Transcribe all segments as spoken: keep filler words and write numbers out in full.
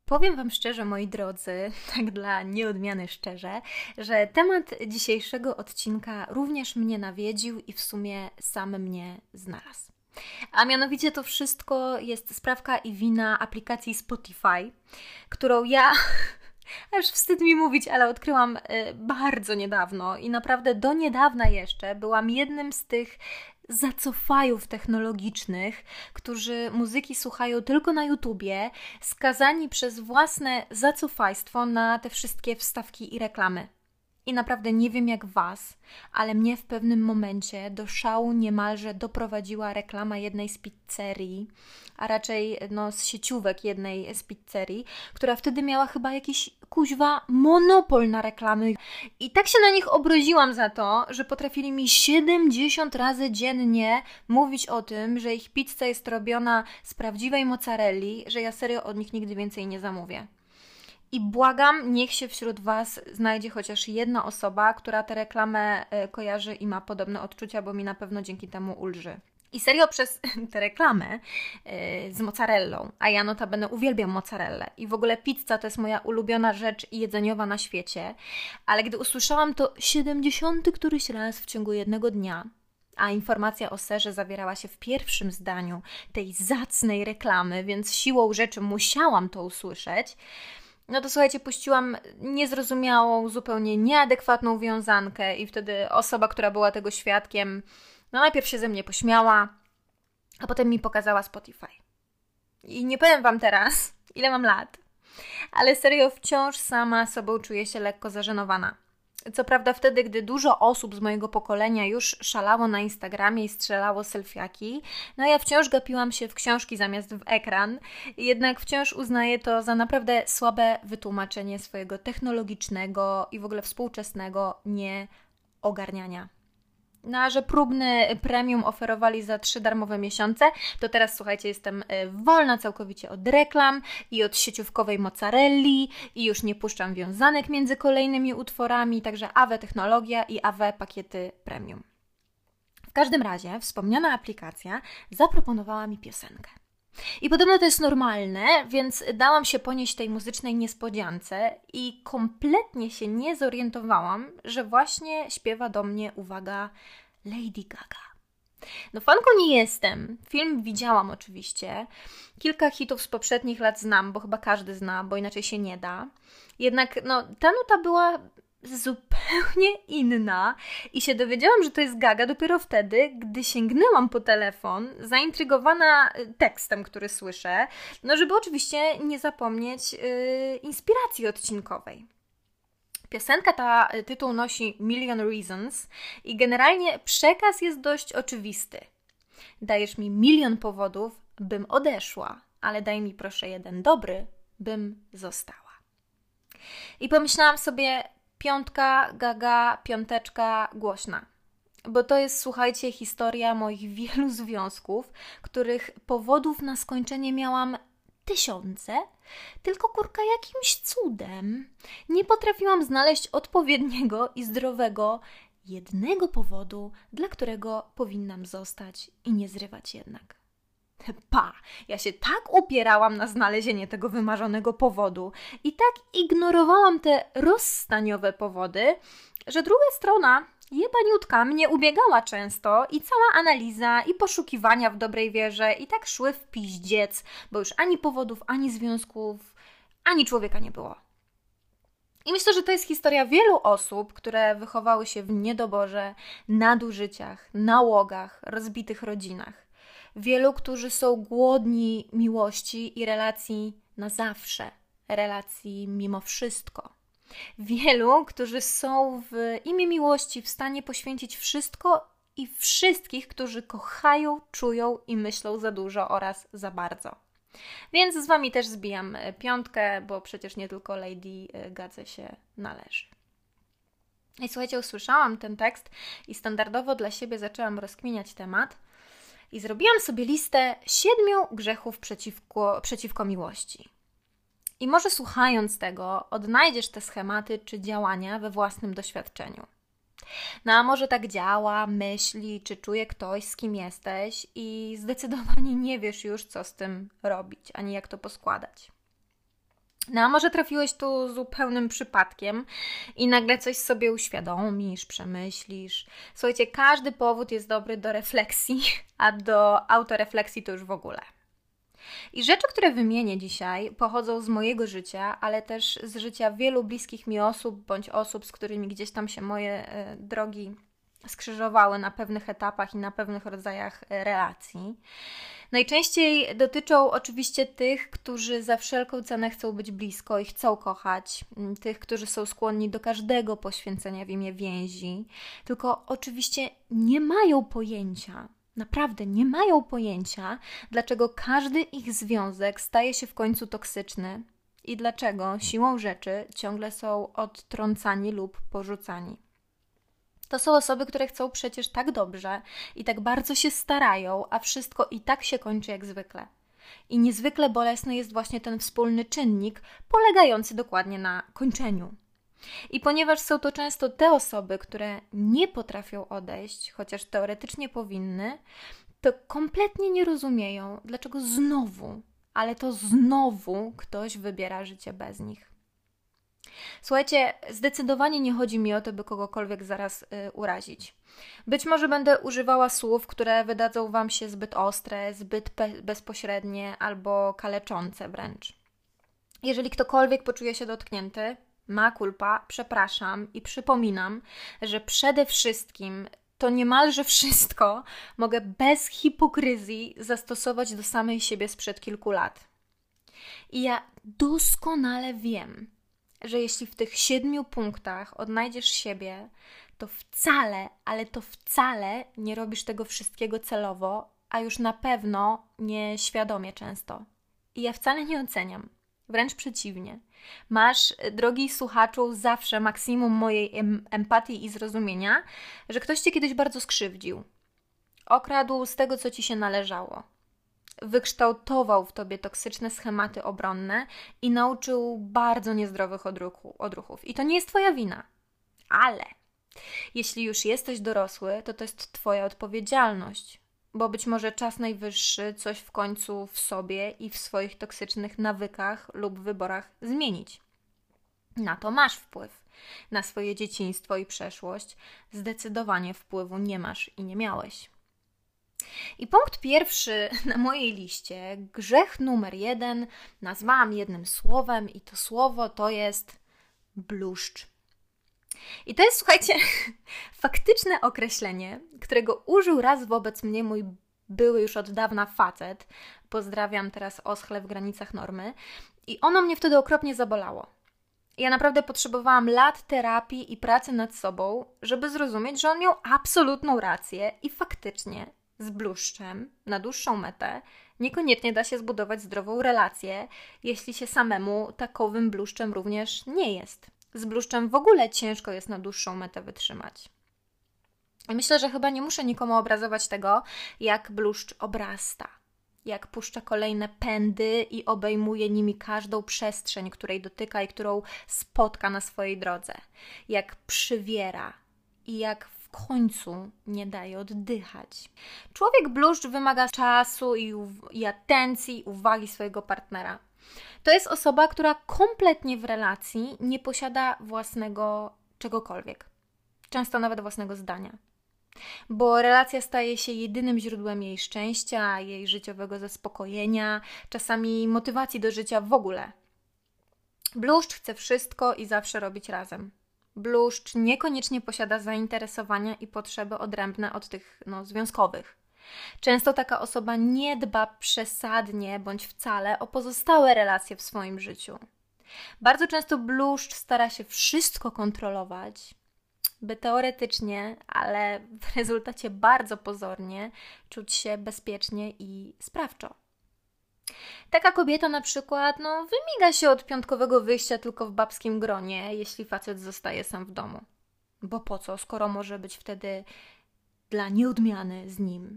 Powiem Wam szczerze, moi drodzy, tak dla nieodmiany szczerze, że temat dzisiejszego odcinka również mnie nawiedził i w sumie sam mnie znalazł. A mianowicie to wszystko jest sprawka i wina aplikacji Spotify, którą ja, aż wstyd mi mówić, ale odkryłam bardzo niedawno i naprawdę do niedawna jeszcze byłam jednym z tych zacofajów technologicznych, którzy muzyki słuchają tylko na YouTubie, skazani przez własne zacofajstwo na te wszystkie wstawki i reklamy. I naprawdę nie wiem jak Was, ale mnie w pewnym momencie do szału niemalże doprowadziła reklama jednej z pizzerii, a raczej no, z sieciówek jednej z pizzerii, która wtedy miała chyba jakiś kuźwa monopol na reklamy. I tak się na nich obraziłam za to, że potrafili mi siedemdziesiąt razy dziennie mówić o tym, że ich pizza jest robiona z prawdziwej mozzarelli, że ja serio od nich nigdy więcej nie zamówię. I błagam, niech się wśród Was znajdzie chociaż jedna osoba, która tę reklamę kojarzy i ma podobne odczucia, bo mi na pewno dzięki temu ulży. I serio przez tę reklamę yy, z mozzarellą, a ja notabene uwielbiam mozzarellę i w ogóle pizza to jest moja ulubiona rzecz jedzeniowa na świecie, ale gdy usłyszałam to siedemdziesiąty któryś raz w ciągu jednego dnia, a informacja o serze zawierała się w pierwszym zdaniu tej zacnej reklamy, więc siłą rzeczy musiałam to usłyszeć, no to słuchajcie, puściłam niezrozumiałą, zupełnie nieadekwatną wiązankę i wtedy osoba, która była tego świadkiem, no najpierw się ze mnie pośmiała, a potem mi pokazała Spotify. I nie powiem Wam teraz, ile mam lat, ale serio wciąż sama sobą czuję się lekko zażenowana. Co prawda wtedy, gdy dużo osób z mojego pokolenia już szalało na Instagramie i strzelało selfiaki, no ja wciąż gapiłam się w książki zamiast w ekran, jednak wciąż uznaję to za naprawdę słabe wytłumaczenie swojego technologicznego i w ogóle współczesnego nieogarniania. No a że próbny premium oferowali za trzy darmowe miesiące, to teraz słuchajcie, jestem wolna całkowicie od reklam i od sieciówkowej mozzarelli i już nie puszczam wiązanek między kolejnymi utworami, także A W E Technologia i A W E Pakiety Premium. W każdym razie wspomniana aplikacja zaproponowała mi piosenkę. I podobno to jest normalne, więc dałam się ponieść tej muzycznej niespodziance i kompletnie się nie zorientowałam, że właśnie śpiewa do mnie, uwaga, Lady Gaga. No fanką nie jestem, film widziałam oczywiście, kilka hitów z poprzednich lat znam, bo chyba każdy zna, bo inaczej się nie da. Jednak no, ta nuta była zupełnie inna i się dowiedziałam, że to jest Gaga dopiero wtedy, gdy sięgnęłam po telefon, zaintrygowana tekstem, który słyszę, no żeby oczywiście nie zapomnieć yy, inspiracji odcinkowej. Piosenka ta tytuł nosi Million Reasons i generalnie przekaz jest dość oczywisty. Dajesz mi milion powodów, bym odeszła, ale daj mi proszę jeden dobry, bym została. I pomyślałam sobie, piątka, Gaga, piąteczka, głośna. Bo to jest, słuchajcie, historia moich wielu związków, których powodów na skończenie miałam tysiące, tylko kurka jakimś cudem nie potrafiłam znaleźć odpowiedniego i zdrowego jednego powodu, dla którego powinnam zostać i nie zrywać jednak. Pa! Ja się tak upierałam na znalezienie tego wymarzonego powodu i tak ignorowałam te rozstaniowe powody, że druga strona, jebaniutka, mnie ubiegała często i cała analiza i poszukiwania w dobrej wierze i tak szły w piździec, bo już ani powodów, ani związków, ani człowieka nie było. I myślę, że to jest historia wielu osób, które wychowały się w niedoborze, nadużyciach, nałogach, rozbitych rodzinach. Wielu, którzy są głodni miłości i relacji na zawsze, relacji mimo wszystko. Wielu, którzy są w imię miłości w stanie poświęcić wszystko i wszystkich, którzy kochają, czują i myślą za dużo oraz za bardzo. Więc z Wami też zbijam piątkę, bo przecież nie tylko Lady Gadze się należy. I słuchajcie, usłyszałam ten tekst i standardowo dla siebie zaczęłam rozkminiać temat i zrobiłam sobie listę siedmiu grzechów przeciwko, przeciwko miłości. I może słuchając tego odnajdziesz te schematy czy działania we własnym doświadczeniu. No a może tak działa, myśli, czy czuje ktoś, z kim jesteś i zdecydowanie nie wiesz już, co z tym robić, ani jak to poskładać. No a może trafiłeś tu zupełnym przypadkiem i nagle coś sobie uświadomisz, przemyślisz. Słuchajcie, każdy powód jest dobry do refleksji, a do autorefleksji to już w ogóle. I rzeczy, które wymienię dzisiaj, pochodzą z mojego życia, ale też z życia wielu bliskich mi osób, bądź osób, z którymi gdzieś tam się moje e, drogi skrzyżowały na pewnych etapach i na pewnych rodzajach e, relacji. Najczęściej dotyczą oczywiście tych, którzy za wszelką cenę chcą być blisko i chcą kochać, tych, którzy są skłonni do każdego poświęcenia w imię więzi, tylko oczywiście nie mają pojęcia, naprawdę nie mają pojęcia, dlaczego każdy ich związek staje się w końcu toksyczny i dlaczego siłą rzeczy ciągle są odtrącani lub porzucani. To są osoby, które chcą przecież tak dobrze i tak bardzo się starają, a wszystko i tak się kończy jak zwykle. I niezwykle bolesny jest właśnie ten wspólny czynnik, polegający dokładnie na kończeniu. I ponieważ są to często te osoby, które nie potrafią odejść, chociaż teoretycznie powinny, to kompletnie nie rozumieją, dlaczego znowu, ale to znowu ktoś wybiera życie bez nich. Słuchajcie, zdecydowanie nie chodzi mi o to, by kogokolwiek zaraz y, urazić. Być może będę używała słów, które wydadzą Wam się zbyt ostre, zbyt pe- bezpośrednie albo kaleczące wręcz. Jeżeli ktokolwiek poczuje się dotknięty, ma culpa, przepraszam i przypominam, że przede wszystkim to niemalże wszystko mogę bez hipokryzji zastosować do samej siebie sprzed kilku lat. I ja doskonale wiem, że jeśli w tych siedmiu punktach odnajdziesz siebie, to wcale, ale to wcale nie robisz tego wszystkiego celowo, a już na pewno nieświadomie często. I ja wcale nie oceniam. Wręcz przeciwnie. Masz, drogi słuchaczu, zawsze maksimum mojej em- empatii i zrozumienia, że ktoś Cię kiedyś bardzo skrzywdził. Okradł z tego, co Ci się należało. Wykształtował w Tobie toksyczne schematy obronne i nauczył bardzo niezdrowych odruchu, odruchów. I to nie jest Twoja wina. Ale jeśli już jesteś dorosły, to to jest Twoja odpowiedzialność. Bo być może czas najwyższy coś w końcu w sobie i w swoich toksycznych nawykach lub wyborach zmienić. Na to masz wpływ. Na swoje dzieciństwo i przeszłość zdecydowanie wpływu nie masz i nie miałeś. I punkt pierwszy na mojej liście, grzech numer jeden, nazwałam jednym słowem i to słowo to jest bluszcz. I to jest, słuchajcie, faktyczne określenie, którego użył raz wobec mnie mój były już od dawna facet. Pozdrawiam teraz oschle w granicach normy. I ono mnie wtedy okropnie zabolało. Ja naprawdę potrzebowałam lat terapii i pracy nad sobą, żeby zrozumieć, że on miał absolutną rację i faktycznie z bluszczem na dłuższą metę niekoniecznie da się zbudować zdrową relację, jeśli się samemu takowym bluszczem również nie jest. Z bluszczem w ogóle ciężko jest na dłuższą metę wytrzymać. I myślę, że chyba nie muszę nikomu obrazować tego, jak bluszcz obrasta, jak puszcza kolejne pędy i obejmuje nimi każdą przestrzeń, której dotyka i którą spotka na swojej drodze, jak przywiera i jak w końcu nie daje oddychać. Człowiek bluszcz wymaga czasu i, uw- i atencji, i uwagi swojego partnera. To jest osoba, która kompletnie w relacji nie posiada własnego czegokolwiek. Często nawet własnego zdania. Bo relacja staje się jedynym źródłem jej szczęścia, jej życiowego zaspokojenia, czasami motywacji do życia w ogóle. Bluszcz chce wszystko i zawsze robić razem. Bluszcz niekoniecznie posiada zainteresowania i potrzeby odrębne od tych no, związkowych. Często taka osoba nie dba przesadnie bądź wcale o pozostałe relacje w swoim życiu. Bardzo często bluszcz stara się wszystko kontrolować, by teoretycznie, ale w rezultacie bardzo pozornie czuć się bezpiecznie i sprawczo. Taka kobieta na przykład no, wymiga się od piątkowego wyjścia tylko w babskim gronie, jeśli facet zostaje sam w domu. Bo po co, skoro może być wtedy dla nieodmiany z nim.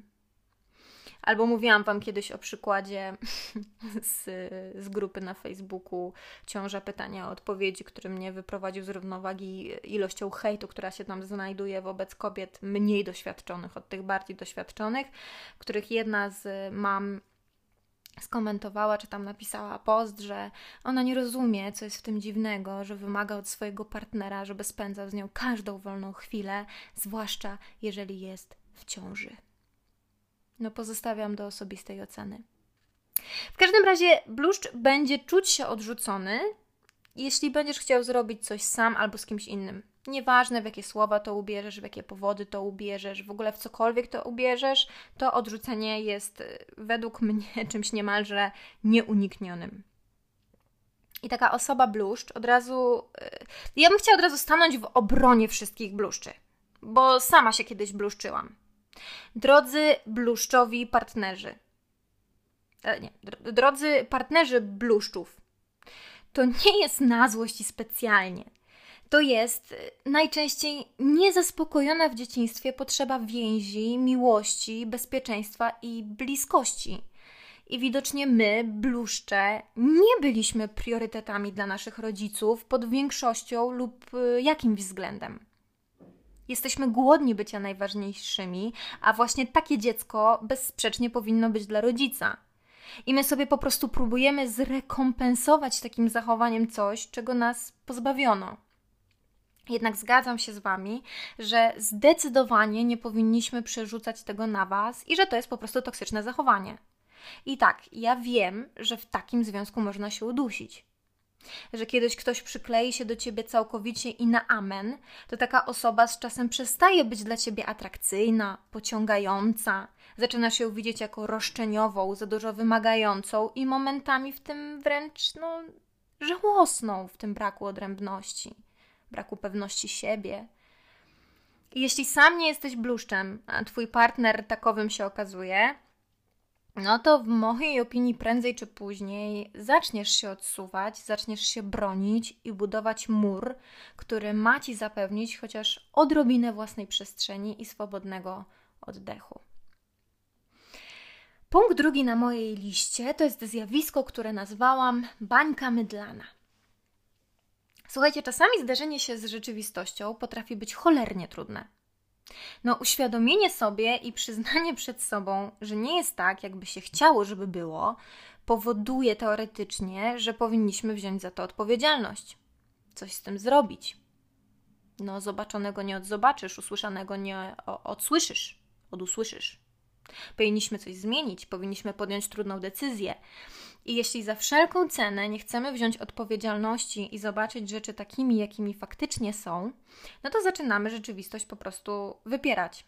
Albo mówiłam Wam kiedyś o przykładzie z, z grupy na Facebooku Ciąża pytania o odpowiedzi, który mnie wyprowadził z równowagi ilością hejtu, która się tam znajduje wobec kobiet mniej doświadczonych od tych bardziej doświadczonych, których jedna z mam skomentowała, czy tam napisała post, że ona nie rozumie, co jest w tym dziwnego, że wymaga od swojego partnera, żeby spędzał z nią każdą wolną chwilę, zwłaszcza jeżeli jest w ciąży. No pozostawiam do osobistej oceny. W każdym razie bluszcz będzie czuć się odrzucony, jeśli będziesz chciał zrobić coś sam albo z kimś innym. Nieważne, w jakie słowa to ubierzesz, w jakie powody to ubierzesz, w ogóle w cokolwiek to ubierzesz, to odrzucenie jest według mnie czymś niemalże nieuniknionym. I taka osoba bluszcz od razu... Ja bym chciała od razu stanąć w obronie wszystkich bluszczy, bo sama się kiedyś bluszczyłam. Drodzy bluszczowi partnerzy, nie, drodzy partnerzy bluszczów, to nie jest na złość i specjalnie. To jest najczęściej niezaspokojona w dzieciństwie potrzeba więzi, miłości, bezpieczeństwa i bliskości. I widocznie my, bluszcze, nie byliśmy priorytetami dla naszych rodziców pod większością lub jakimś względem. Jesteśmy głodni bycia najważniejszymi, a właśnie takie dziecko bezsprzecznie powinno być dla rodzica. I my sobie po prostu próbujemy zrekompensować takim zachowaniem coś, czego nas pozbawiono. Jednak zgadzam się z Wami, że zdecydowanie nie powinniśmy przerzucać tego na Was i że to jest po prostu toksyczne zachowanie. I tak, ja wiem, że w takim związku można się udusić. Że kiedyś ktoś przyklei się do Ciebie całkowicie i na amen, to taka osoba z czasem przestaje być dla Ciebie atrakcyjna, pociągająca. Zaczynasz ją widzieć jako roszczeniową, za dużo wymagającą i momentami w tym wręcz no, żałosną w tym braku odrębności, braku pewności siebie. I jeśli sam nie jesteś bluszczem, a Twój partner takowym się okazuje, no to w mojej opinii prędzej czy później zaczniesz się odsuwać, zaczniesz się bronić i budować mur, który ma Ci zapewnić chociaż odrobinę własnej przestrzeni i swobodnego oddechu. Punkt drugi na mojej liście to jest zjawisko, które nazwałam bańka mydlana. Słuchajcie, czasami zderzenie się z rzeczywistością potrafi być cholernie trudne. No, uświadomienie sobie i przyznanie przed sobą, że nie jest tak, jakby się chciało, żeby było, powoduje teoretycznie, że powinniśmy wziąć za to odpowiedzialność. Coś z tym zrobić. No, zobaczonego nie odzobaczysz, usłyszanego nie odsłyszysz, odusłyszysz. Powinniśmy coś zmienić, powinniśmy podjąć trudną decyzję. I jeśli za wszelką cenę nie chcemy wziąć odpowiedzialności i zobaczyć rzeczy takimi, jakimi faktycznie są, no to zaczynamy rzeczywistość po prostu wypierać.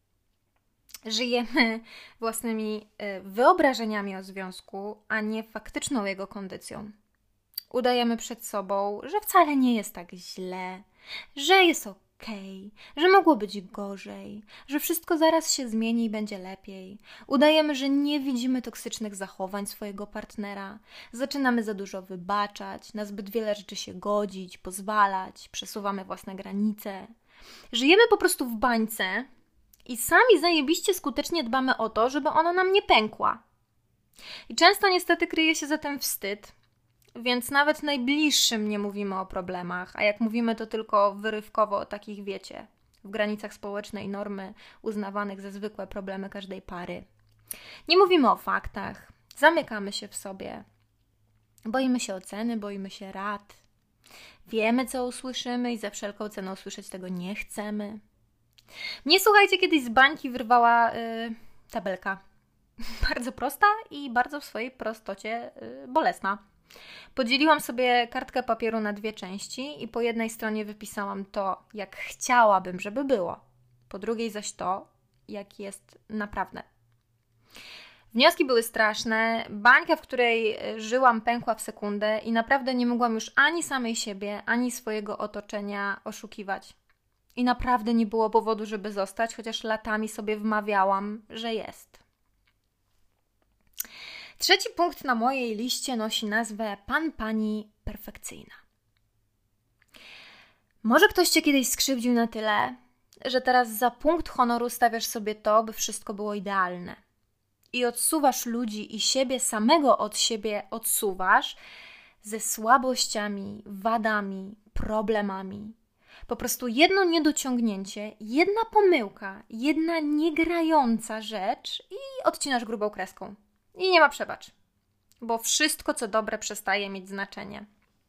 Żyjemy własnymi wyobrażeniami o związku, a nie faktyczną jego kondycją. Udajemy przed sobą, że wcale nie jest tak źle, że jest okej, okej, że mogło być gorzej, że wszystko zaraz się zmieni i będzie lepiej. Udajemy, że nie widzimy toksycznych zachowań swojego partnera. Zaczynamy za dużo wybaczać, na zbyt wiele rzeczy się godzić, pozwalać, przesuwamy własne granice. Żyjemy po prostu w bańce i sami zajebiście skutecznie dbamy o to, żeby ona nam nie pękła. I często niestety kryje się za tym wstyd, więc nawet najbliższym nie mówimy o problemach, a jak mówimy, to tylko wyrywkowo o takich, wiecie, w granicach społecznej normy uznawanych za zwykłe problemy każdej pary. Nie mówimy o faktach, zamykamy się w sobie, boimy się oceny, boimy się rad. Wiemy, co usłyszymy i za wszelką cenę usłyszeć tego nie chcemy. Mnie, słuchajcie, kiedyś z bańki wyrwała yy, tabelka. Bardzo prosta i bardzo w swojej prostocie yy, bolesna. Podzieliłam sobie kartkę papieru na dwie części i po jednej stronie wypisałam to, jak chciałabym, żeby było. Po drugiej zaś to, jak jest naprawdę. Wnioski były straszne, bańka, w której żyłam, pękła w sekundę i naprawdę nie mogłam już ani samej siebie, ani swojego otoczenia oszukiwać. I naprawdę nie było powodu, żeby zostać, chociaż latami sobie wmawiałam, że jest. Trzeci punkt na mojej liście nosi nazwę Pan, Pani Perfekcyjna. Może ktoś Cię kiedyś skrzywdził na tyle, że teraz za punkt honoru stawiasz sobie to, by wszystko było idealne. I odsuwasz ludzi i siebie samego od siebie odsuwasz ze słabościami, wadami, problemami. Po prostu jedno niedociągnięcie, jedna pomyłka, jedna niegrająca rzecz i odcinasz grubą kreską. I nie ma przebacz. bo wszystko, co dobre, przestaje mieć znaczenie.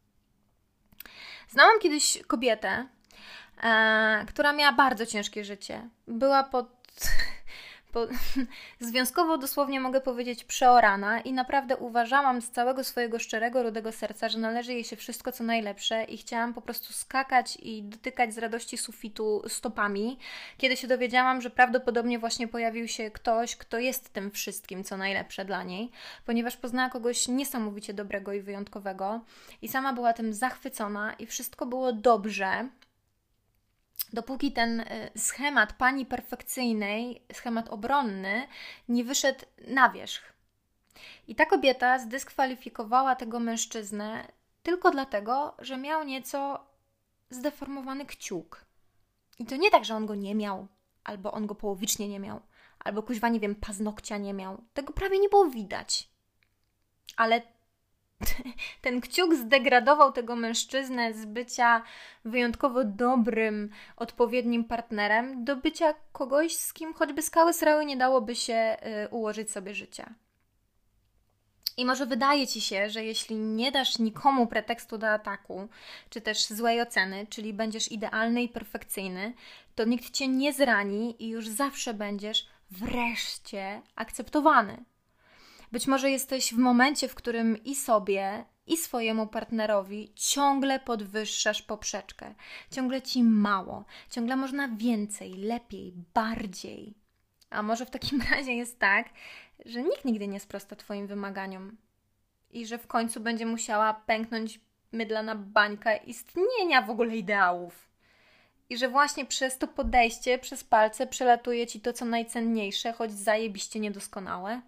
Znałam kiedyś kobietę, e, która miała bardzo ciężkie życie. Była pod... po, związkowo dosłownie mogę powiedzieć przeorana i naprawdę uważałam z całego swojego szczerego, rudego serca, że należy jej się wszystko co najlepsze i chciałam po prostu skakać i dotykać z radości sufitu stopami, kiedy się dowiedziałam, że prawdopodobnie właśnie pojawił się ktoś, kto jest tym wszystkim co najlepsze dla niej, ponieważ poznała kogoś niesamowicie dobrego i wyjątkowego i sama była tym zachwycona i wszystko było dobrze, dopóki ten schemat pani perfekcyjnej, schemat obronny nie wyszedł na wierzch. I ta kobieta zdyskwalifikowała tego mężczyznę tylko dlatego, że miał nieco zdeformowany kciuk. I to nie tak, że on go nie miał, albo on go połowicznie nie miał, albo kuźwa, nie wiem, paznokcia nie miał. Tego prawie nie było widać. Ale ten kciuk zdegradował tego mężczyznę z bycia wyjątkowo dobrym, odpowiednim partnerem do bycia kogoś, z kim choćby skały srały nie dałoby się y, ułożyć sobie życia. I może wydaje Ci się, że jeśli nie dasz nikomu pretekstu do ataku, czy też złej oceny, czyli będziesz idealny i perfekcyjny, to nikt Cię nie zrani i już zawsze będziesz wreszcie akceptowany. Być może jesteś w momencie, w którym i sobie, i swojemu partnerowi ciągle podwyższasz poprzeczkę. Ciągle Ci mało, ciągle można więcej, lepiej, bardziej. A może w takim razie jest tak, że nikt nigdy nie sprosta Twoim wymaganiom i że w końcu będzie musiała pęknąć mydlana bańka istnienia w ogóle ideałów. I że właśnie przez to podejście, przez palce przelatuje Ci to, co najcenniejsze, choć zajebiście niedoskonałe.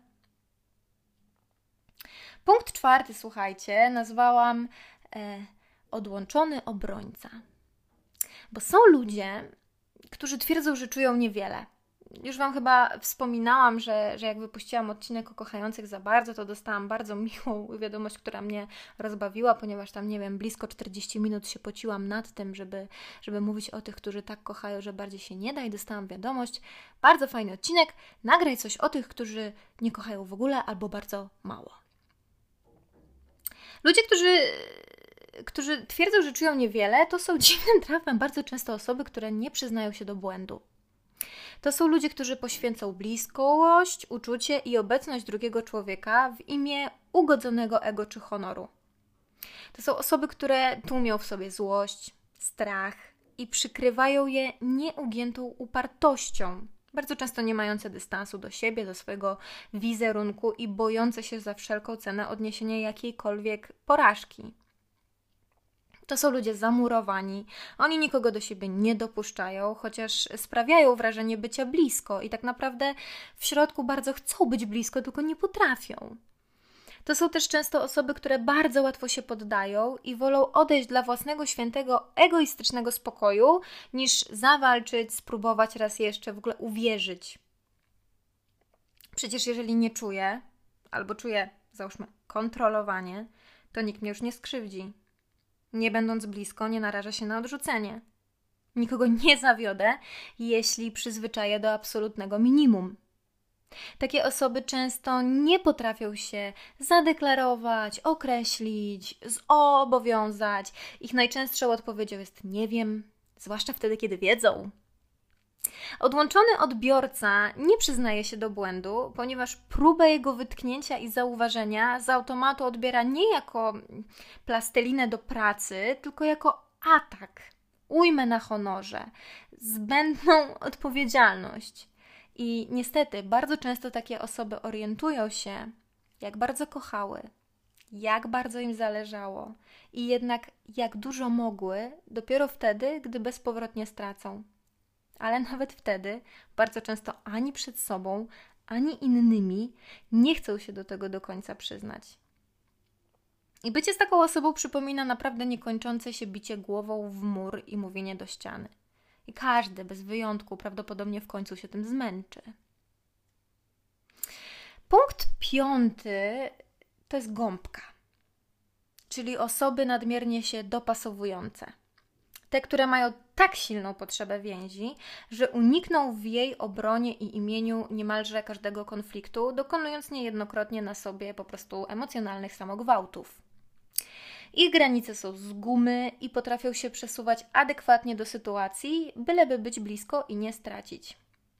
Punkt czwarty, słuchajcie, nazwałam e, odłączony obrońca. Bo są ludzie, którzy twierdzą, że czują niewiele. Już Wam chyba wspominałam, że, że jak wypuściłam odcinek o kochających za bardzo, to dostałam bardzo miłą wiadomość, która mnie rozbawiła, ponieważ tam, nie wiem, blisko czterdzieści minut się pociłam nad tym, żeby, żeby mówić o tych, którzy tak kochają, że bardziej się nie da, i dostałam wiadomość: bardzo fajny odcinek, nagraj coś o tych, którzy nie kochają w ogóle albo bardzo mało. Ludzie, którzy, którzy twierdzą, że czują niewiele, to są dziwnym trafem bardzo często osoby, które nie przyznają się do błędu. To są ludzie, którzy poświęcą bliskość, uczucie i obecność drugiego człowieka w imię ugodzonego ego czy honoru. To są osoby, które tłumią w sobie złość, strach i przykrywają je nieugiętą upartością, bardzo często nie mające dystansu do siebie, do swojego wizerunku i bojące się za wszelką cenę odniesienia jakiejkolwiek porażki. To są ludzie zamurowani, oni nikogo do siebie nie dopuszczają, chociaż sprawiają wrażenie bycia blisko i tak naprawdę w środku bardzo chcą być blisko, tylko nie potrafią. To są też często osoby, które bardzo łatwo się poddają i wolą odejść dla własnego świętego, egoistycznego spokoju, niż zawalczyć, spróbować raz jeszcze, w ogóle uwierzyć. Przecież jeżeli nie czuję, albo czuję, załóżmy, kontrolowanie, to nikt mnie już nie skrzywdzi. Nie będąc blisko, nie narażę się na odrzucenie. Nikogo nie zawiodę, jeśli przyzwyczaję do absolutnego minimum. Takie osoby często nie potrafią się zadeklarować, określić, zobowiązać. Ich najczęstszą odpowiedzią jest nie wiem, zwłaszcza wtedy, kiedy wiedzą. Odłączony odbiorca nie przyznaje się do błędu, ponieważ próbę jego wytknięcia i zauważenia z automatu odbiera nie jako plastelinę do pracy, tylko jako atak, ujmę na honorze, zbędną odpowiedzialność. I niestety bardzo często takie osoby orientują się, jak bardzo kochały, jak bardzo im zależało i jednak jak dużo mogły dopiero wtedy, gdy bezpowrotnie stracą. Ale nawet wtedy bardzo często ani przed sobą, ani innymi nie chcą się do tego do końca przyznać. I bycie z taką osobą przypomina naprawdę niekończące się bicie głową w mur i mówienie do ściany. I każdy, bez wyjątku, prawdopodobnie w końcu się tym zmęczy. Punkt piąty to jest gąbka, czyli osoby nadmiernie się dopasowujące. Te, które mają tak silną potrzebę więzi, że uniknął w jej obronie i imieniu niemalże każdego konfliktu, dokonując niejednokrotnie na sobie po prostu emocjonalnych samogwałtów. Ich granice są z gumy i potrafią się przesuwać adekwatnie do sytuacji, byleby być blisko i nie stracić.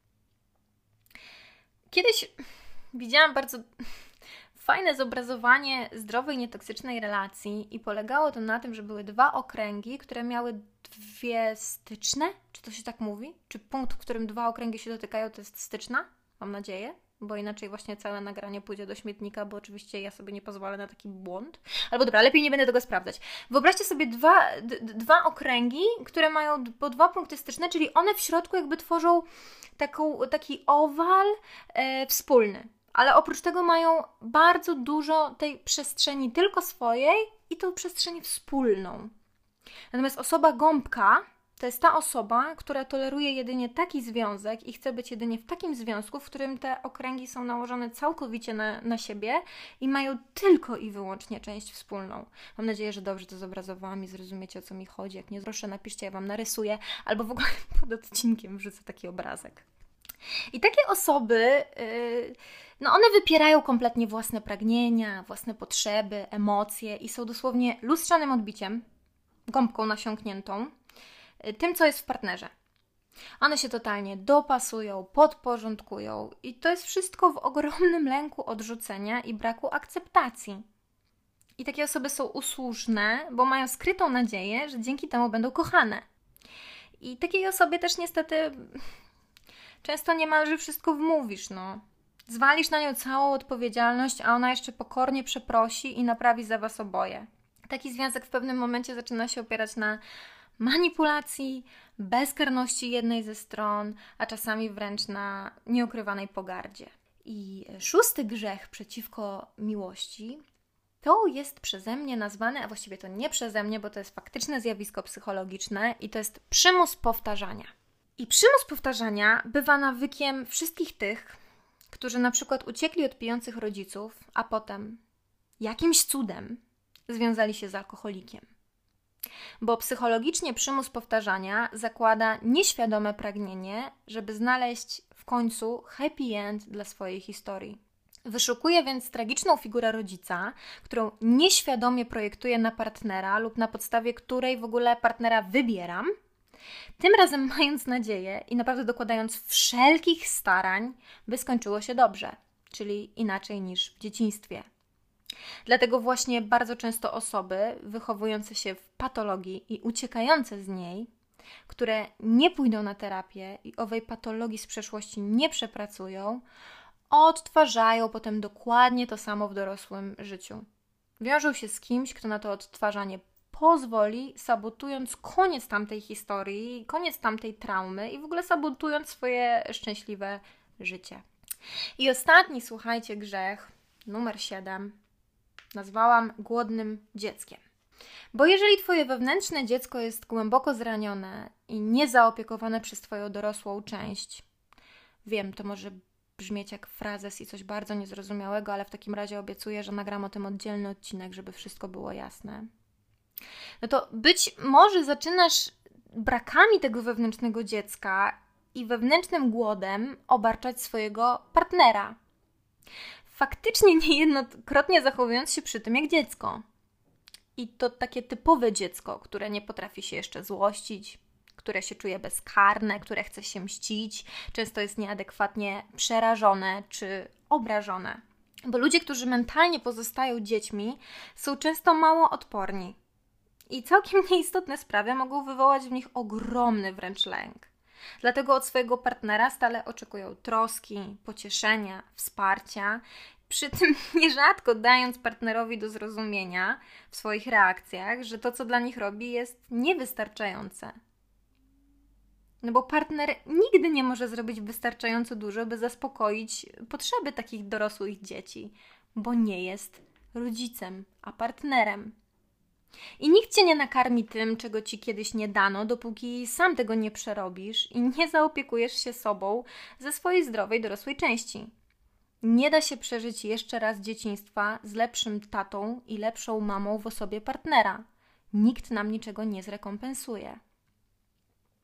Kiedyś widziałam bardzo fajne zobrazowanie zdrowej, nietoksycznej relacji i polegało to na tym, że były dwa okręgi, które miały dwie styczne, czy to się tak mówi? Czy punkt, w którym dwa okręgi się dotykają, to jest styczna? Mam nadzieję, bo inaczej właśnie całe nagranie pójdzie do śmietnika, bo oczywiście ja sobie nie pozwolę na taki błąd. Albo dobra, lepiej nie będę tego sprawdzać. Wyobraźcie sobie dwa, d- dwa okręgi, które mają po dwa punkty styczne, czyli one w środku jakby tworzą taką, taki owal e, wspólny. Ale oprócz tego mają bardzo dużo tej przestrzeni tylko swojej i tą przestrzeń wspólną. Natomiast osoba gąbka to jest ta osoba, która toleruje jedynie taki związek i chce być jedynie w takim związku, w którym te okręgi są nałożone całkowicie na, na siebie i mają tylko i wyłącznie część wspólną. Mam nadzieję, że dobrze to zobrazowałam i zrozumiecie, o co mi chodzi. Jak nie, proszę napiszcie, ja Wam narysuję, albo w ogóle pod odcinkiem wrzucę taki obrazek. I takie osoby, yy, no one wypierają kompletnie własne pragnienia, własne potrzeby, emocje i są dosłownie lustrzanym odbiciem, gąbką nasiąkniętą, yy, tym, co jest w partnerze. One się totalnie dopasują, podporządkują i to jest wszystko w ogromnym lęku odrzucenia i braku akceptacji. I takie osoby są usłużne, bo mają skrytą nadzieję, że dzięki temu będą kochane. I takiej osobie też niestety często niemalże wszystko wmówisz, no. Zwalisz na nią całą odpowiedzialność, a ona jeszcze pokornie przeprosi i naprawi za was oboje. Taki związek w pewnym momencie zaczyna się opierać na manipulacji, bezkarności jednej ze stron, a czasami wręcz na nieukrywanej pogardzie. I szósty grzech przeciwko miłości to jest przeze mnie nazwane, a właściwie to nie przeze mnie, bo to jest faktyczne zjawisko psychologiczne i to jest przymus powtarzania. I przymus powtarzania bywa nawykiem wszystkich tych, którzy na przykład uciekli od pijących rodziców, a potem jakimś cudem związali się z alkoholikiem. Bo psychologicznie przymus powtarzania zakłada nieświadome pragnienie, żeby znaleźć w końcu happy end dla swojej historii. Wyszukuje więc tragiczną figurę rodzica, którą nieświadomie projektuje na partnera lub na podstawie której w ogóle partnera wybieram, tym razem mając nadzieję i naprawdę dokładając wszelkich starań, by skończyło się dobrze, czyli inaczej niż w dzieciństwie. Dlatego właśnie bardzo często osoby wychowujące się w patologii i uciekające z niej, które nie pójdą na terapię i owej patologii z przeszłości nie przepracują, odtwarzają potem dokładnie to samo w dorosłym życiu. Wiążą się z kimś, kto na to odtwarzanie pozwoli, sabotując koniec tamtej historii, koniec tamtej traumy i w ogóle sabotując swoje szczęśliwe życie. I ostatni, słuchajcie, grzech, numer siedem, nazwałam głodnym dzieckiem. Bo jeżeli Twoje wewnętrzne dziecko jest głęboko zranione i niezaopiekowane przez Twoją dorosłą część, wiem, to może brzmieć jak frazes i coś bardzo niezrozumiałego, ale w takim razie obiecuję, że nagram o tym oddzielny odcinek, żeby wszystko było jasne. No to być może zaczynasz brakami tego wewnętrznego dziecka i wewnętrznym głodem obarczać swojego partnera. Faktycznie niejednokrotnie zachowując się przy tym jak dziecko. I to takie typowe dziecko, które nie potrafi się jeszcze złościć, które się czuje bezkarne, które chce się mścić, często jest nieadekwatnie przerażone czy obrażone. Bo ludzie, którzy mentalnie pozostają dziećmi, są często mało odporni. I całkiem nieistotne sprawy mogą wywołać w nich ogromny wręcz lęk. Dlatego od swojego partnera stale oczekują troski, pocieszenia, wsparcia, przy tym nierzadko dając partnerowi do zrozumienia w swoich reakcjach, że to, co dla nich robi, jest niewystarczające. No bo partner nigdy nie może zrobić wystarczająco dużo, by zaspokoić potrzeby takich dorosłych dzieci, bo nie jest rodzicem, a partnerem. I nikt Cię nie nakarmi tym, czego Ci kiedyś nie dano, dopóki sam tego nie przerobisz i nie zaopiekujesz się sobą ze swojej zdrowej, dorosłej części. Nie da się przeżyć jeszcze raz dzieciństwa z lepszym tatą i lepszą mamą w osobie partnera. Nikt nam niczego nie zrekompensuje.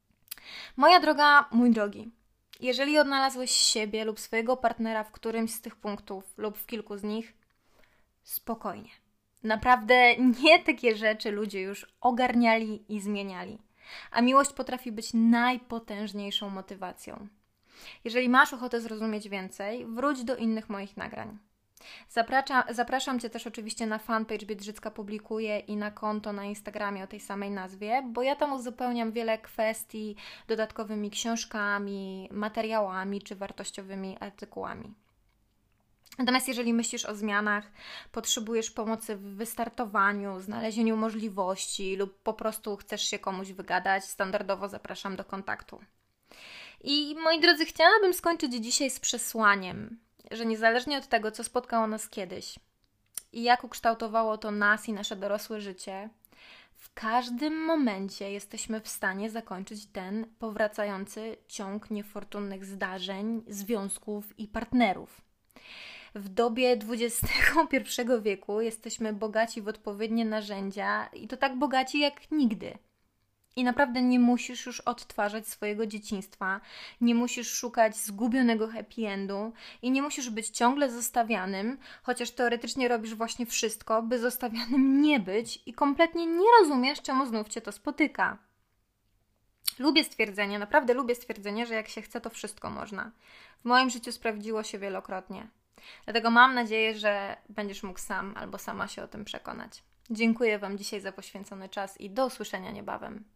Moja droga, mój drogi, jeżeli odnalazłeś siebie lub swojego partnera w którymś z tych punktów lub w kilku z nich, spokojnie. Naprawdę nie takie rzeczy ludzie już ogarniali i zmieniali. A miłość potrafi być najpotężniejszą motywacją. Jeżeli masz ochotę zrozumieć więcej, wróć do innych moich nagrań. Zapraszam, zapraszam Cię też oczywiście na fanpage Biedrzycka Publikuje i na konto na Instagramie o tej samej nazwie, bo ja tam uzupełniam wiele kwestii dodatkowymi książkami, materiałami czy wartościowymi artykułami. Natomiast jeżeli myślisz o zmianach, potrzebujesz pomocy w wystartowaniu, znalezieniu możliwości lub po prostu chcesz się komuś wygadać, standardowo zapraszam do kontaktu. I moi drodzy, chciałabym skończyć dzisiaj z przesłaniem, że niezależnie od tego, co spotkało nas kiedyś i jak ukształtowało to nas i nasze dorosłe życie, w każdym momencie jesteśmy w stanie zakończyć ten powracający ciąg niefortunnych zdarzeń, związków i partnerów. W dobie dwudziestego pierwszego wieku jesteśmy bogaci w odpowiednie narzędzia i to tak bogaci jak nigdy. I naprawdę nie musisz już odtwarzać swojego dzieciństwa, nie musisz szukać zgubionego happy endu i nie musisz być ciągle zostawianym, chociaż teoretycznie robisz właśnie wszystko, by zostawianym nie być i kompletnie nie rozumiesz, czemu znów Cię to spotyka. Lubię stwierdzenie, naprawdę lubię stwierdzenie, że jak się chce, to wszystko można. W moim życiu sprawdziło się wielokrotnie. Dlatego mam nadzieję, że będziesz mógł sam albo sama się o tym przekonać. Dziękuję Wam dzisiaj za poświęcony czas i do usłyszenia niebawem.